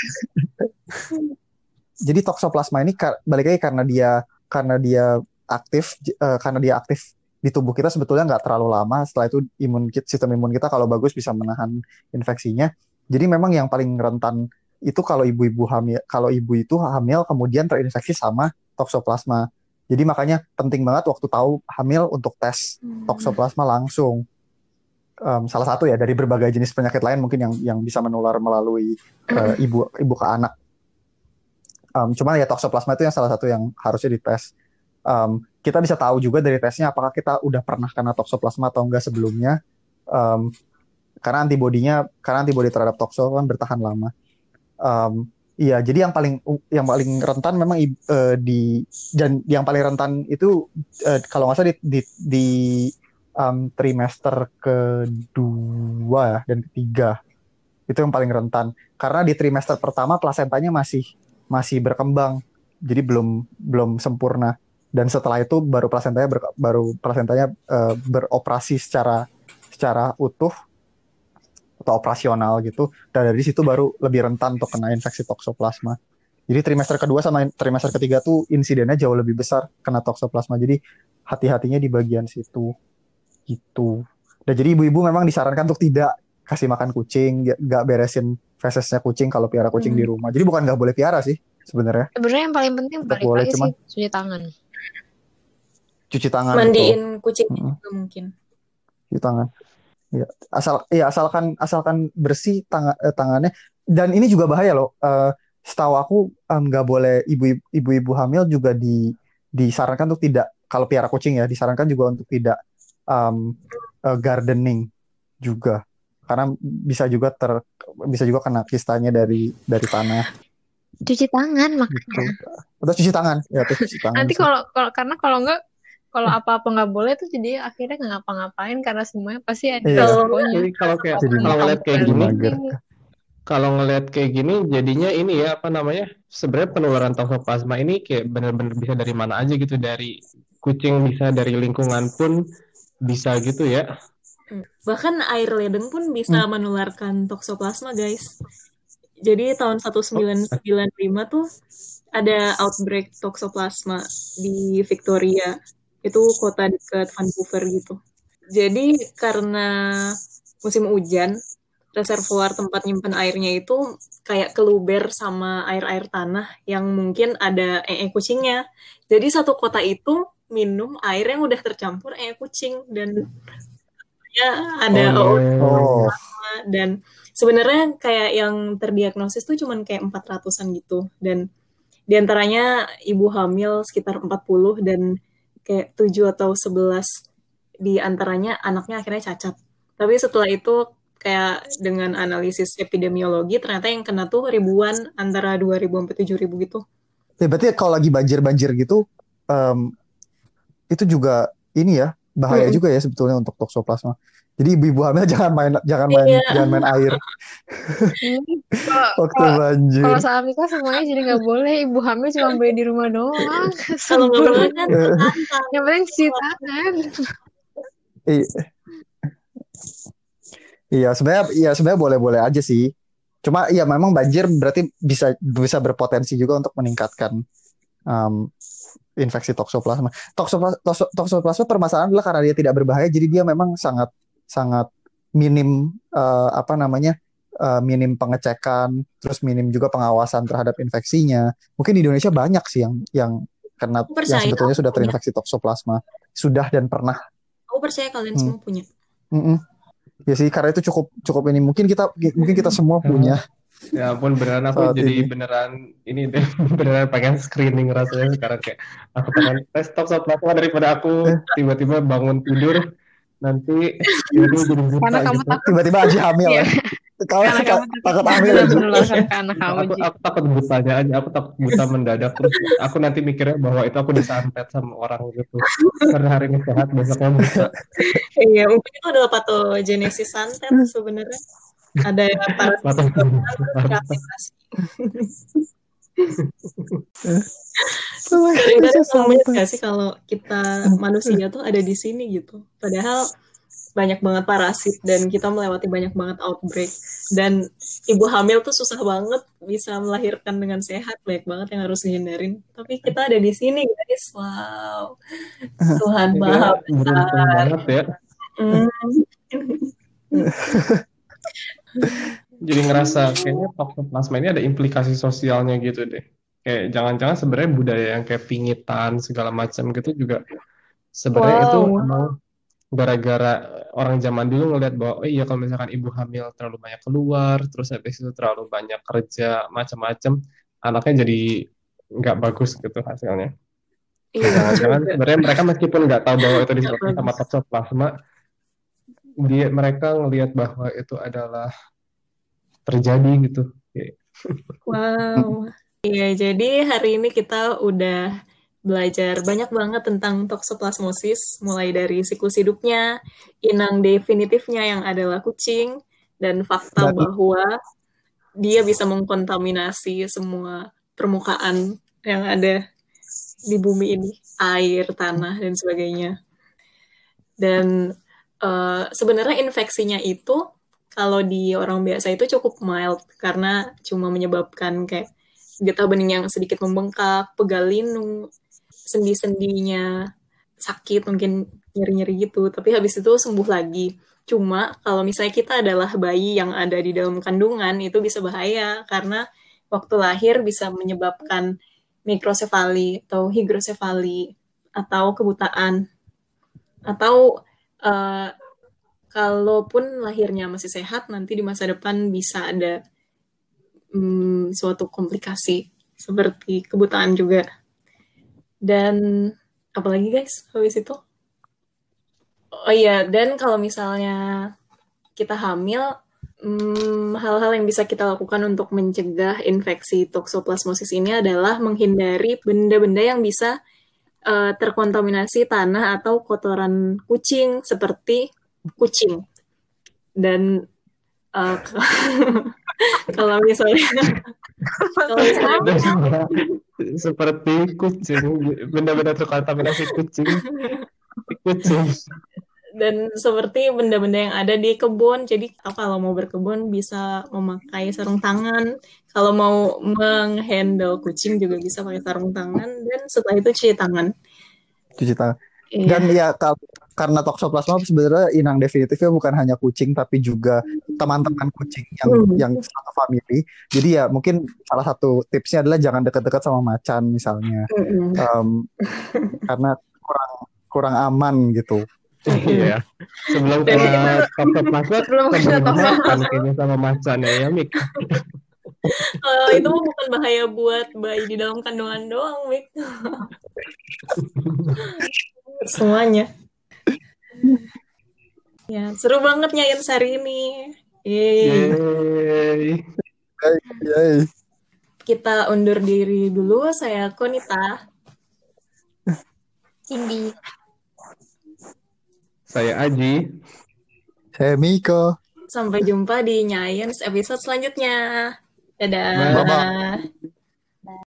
Jadi toxoplasma ini balik lagi karena dia aktif di tubuh kita sebetulnya nggak terlalu lama. Setelah itu sistem imun kita kalau bagus bisa menahan infeksinya. Jadi memang yang paling rentan itu kalau ibu itu hamil kemudian terinfeksi sama toxoplasma. Jadi makanya penting banget waktu tahu hamil untuk tes toxoplasma langsung. Salah satu ya dari berbagai jenis penyakit lain mungkin yang bisa menular melalui ibu ke anak. Cuma ya toxoplasma itu yang salah satu yang harusnya dites. Kita bisa tahu juga dari tesnya apakah kita udah pernah kena toxoplasma atau enggak sebelumnya. Karena antibodi terhadap toxo kan bertahan lama. Iya, jadi yang paling rentan memang dan yang paling rentan itu kalau nggak salah di trimester kedua ya, dan ketiga. Itu yang paling rentan. Karena di trimester pertama plasentanya masih berkembang, jadi belum sempurna. Dan setelah itu baru plasentanya beroperasi secara utuh atau operasional gitu. Dan dari situ baru lebih rentan untuk kena infeksi toksoplasma. Jadi trimester kedua sama trimester ketiga tuh insidennya jauh lebih besar kena toksoplasma. Jadi hati-hatinya di bagian situ gitu. Dan jadi ibu-ibu memang disarankan untuk tidak kasih makan kucing, nggak beresin fesesnya kucing kalau piara kucing di rumah. Jadi bukan nggak boleh piara sih sebenarnya. Sebenarnya yang paling penting Tetap balik boleh, lagi cuman sih cuci tangan. cuci tangan Mandiin betul. kucing juga mungkin. Cuci tangan. Ya, asalkan bersih tangannya. Dan ini juga bahaya loh. Setahu aku nggak boleh ibu-ibu hamil juga disarankan untuk tidak, kalau piara kucing ya, disarankan juga untuk tidak gardening juga, karena bisa juga kena kistanya dari tanah. Cuci tangan Gitu. makanya. Atau cuci tangan, ya tuh cuci tangan. Nanti sih. karena kalau enggak, kalau apa-apa nggak boleh tuh jadi akhirnya nggak ngapa-ngapain karena semuanya pasti ada Iya. resikonya. Jadi kalau Jadi ngeliat kayak jadi gini, mager. kalau ngeliat kayak gini, jadinya ini ya apa namanya? Sebenarnya penularan toksoplasma ini kayak bener-bener bisa dari mana aja gitu, dari kucing bisa, dari lingkungan pun bisa gitu ya. Bahkan air ledeng pun bisa menularkan toksoplasma, guys. Jadi tahun 1995 tuh ada outbreak toksoplasma di Victoria. Itu kota dekat Vancouver gitu. Jadi karena musim hujan, reservoir tempat nyimpen airnya itu kayak keluber sama air-air tanah yang mungkin ada kucingnya. Jadi satu kota itu minum air yang udah tercampur kucing, dan ya ada dan sebenarnya kayak yang terdiagnosis tuh cuman kayak 400-an gitu, dan diantaranya ibu hamil sekitar 40 dan kayak 7 atau 11 diantaranya anaknya akhirnya cacat. Tapi setelah itu kayak dengan analisis epidemiologi ternyata yang kena tuh ribuan, antara 2.000 sampai 7.000 gitu. Ya, berarti kalau lagi banjir gitu itu juga ini ya bahaya juga ya sebetulnya untuk toksoplasma. Jadi ibu-ibu hamil jangan main air waktu banjir. Kalau saat nikah semuanya jadi nggak boleh, ibu hamil cuma boleh di rumah doang. Kalau nggak boleh kan yang penting cuci tangan. Iya, sebenarnya boleh-boleh aja sih. Cuma ya memang banjir berarti bisa berpotensi juga untuk meningkatkan infeksi toksoplasma. Toksoplasma permasalahan adalah karena dia tidak berbahaya, jadi dia memang sangat minim minim pengecekan, terus minim juga pengawasan terhadap infeksinya. Mungkin di Indonesia banyak sih yang yang sebetulnya sudah terinfeksi toksoplasma, sudah dan pernah. Aku percaya kalian semua punya. Ya sih, karena itu cukup ini. Mungkin kita semua punya. Ya ampun, beneran aku jadi beneran ini deh, beneran pengen screening rasanya sekarang, kayak aku pengen tes toksoplasma daripada aku tiba-tiba bangun tidur nanti tiba-tiba jadi buta karena kamu gitu. Tiba-tiba aja hamil ya. Karena kamu takut hamil aja. Aku takut butanya aja, aku takut buta mendadak, terus aku nanti mikirnya bahwa itu aku disantet sama orang gitu. Karena hari ini sehat, besoknya buta. Iya, mungkin itu adalah patogenesis santet sebenarnya. Ada Gak sih kalau kita manusia tuh ada di sini gitu. Padahal banyak banget parasit dan kita melewati banyak banget outbreak. Dan ibu hamil tuh susah banget bisa melahirkan dengan sehat, banyak banget yang harus dihindarin. Tapi kita ada di sini, guys. Wow, Tuhan Maha Besar. Ya. Jadi ngerasa kayaknya toksoplasma ini ada implikasi sosialnya gitu deh. Kayak jangan-jangan sebenarnya budaya yang kayak pingitan segala macam gitu juga sebenarnya itu emang gara-gara orang zaman dulu ngelihat bahwa iya kalau misalkan ibu hamil terlalu banyak keluar, terus habis itu terlalu banyak kerja macam-macam, anaknya jadi nggak bagus gitu hasilnya. Jangan-jangan sebenarnya mereka meskipun nggak tahu bahwa itu disebabkan sama toksoplasma, mereka ngelihat bahwa itu adalah terjadi gitu. Wow. Iya, jadi hari ini kita udah belajar banyak banget tentang toksoplasmosis, mulai dari siklus hidupnya, inang definitifnya yang adalah kucing, dan fakta Dan bahwa dia bisa mengkontaminasi semua permukaan yang ada di bumi ini, air, tanah, dan sebagainya. Dan sebenarnya infeksinya itu kalau di orang biasa itu cukup mild karena cuma menyebabkan kayak getah bening yang sedikit membengkak, pegal linu, sendi-sendinya sakit, mungkin nyeri-nyeri gitu. Tapi habis itu sembuh lagi. Cuma kalau misalnya kita adalah bayi yang ada di dalam kandungan, itu bisa bahaya karena waktu lahir bisa menyebabkan mikrosefali atau higrosefali atau kebutaan. Atau uh, kalaupun lahirnya masih sehat, nanti di masa depan bisa ada suatu komplikasi seperti kebutaan juga. Dan apalagi guys habis itu? Oh iya, dan kalau misalnya kita hamil, hal-hal yang bisa kita lakukan untuk mencegah infeksi toksoplasmosis ini adalah menghindari benda-benda yang bisa terkontaminasi tanah atau kotoran kucing seperti kucing. Dan kalau misalnya seperti kucing, benda-benda terkontaminasi kucing. Dan seperti benda-benda yang ada di kebun. Jadi kalau mau berkebun bisa memakai sarung tangan. Kalau mau menghandle kucing juga bisa pakai sarung tangan. Dan setelah itu cuci tangan. cuci tangan. Iya. Dan ya karena toksoplasma sebenarnya inang definitifnya bukan hanya kucing tapi juga teman-teman kucing yang satu family. Jadi ya mungkin salah satu tipsnya adalah jangan dekat-dekat sama macan misalnya, karena kurang aman gitu. Iya. Sebelum kena toksoplasma, makan kayaknya sama macan ya, Mik. Itu bukan bahaya buat bayi di dalam kandungan doang, Mik. Semuanya. Ya, seru banget nyayin hari ini. Yeay. Kita undur diri dulu. Saya Konita. Cindy. Saya Aji. Saya Miko. Sampai jumpa di Nyayens episode selanjutnya. Dadah. Bye-bye.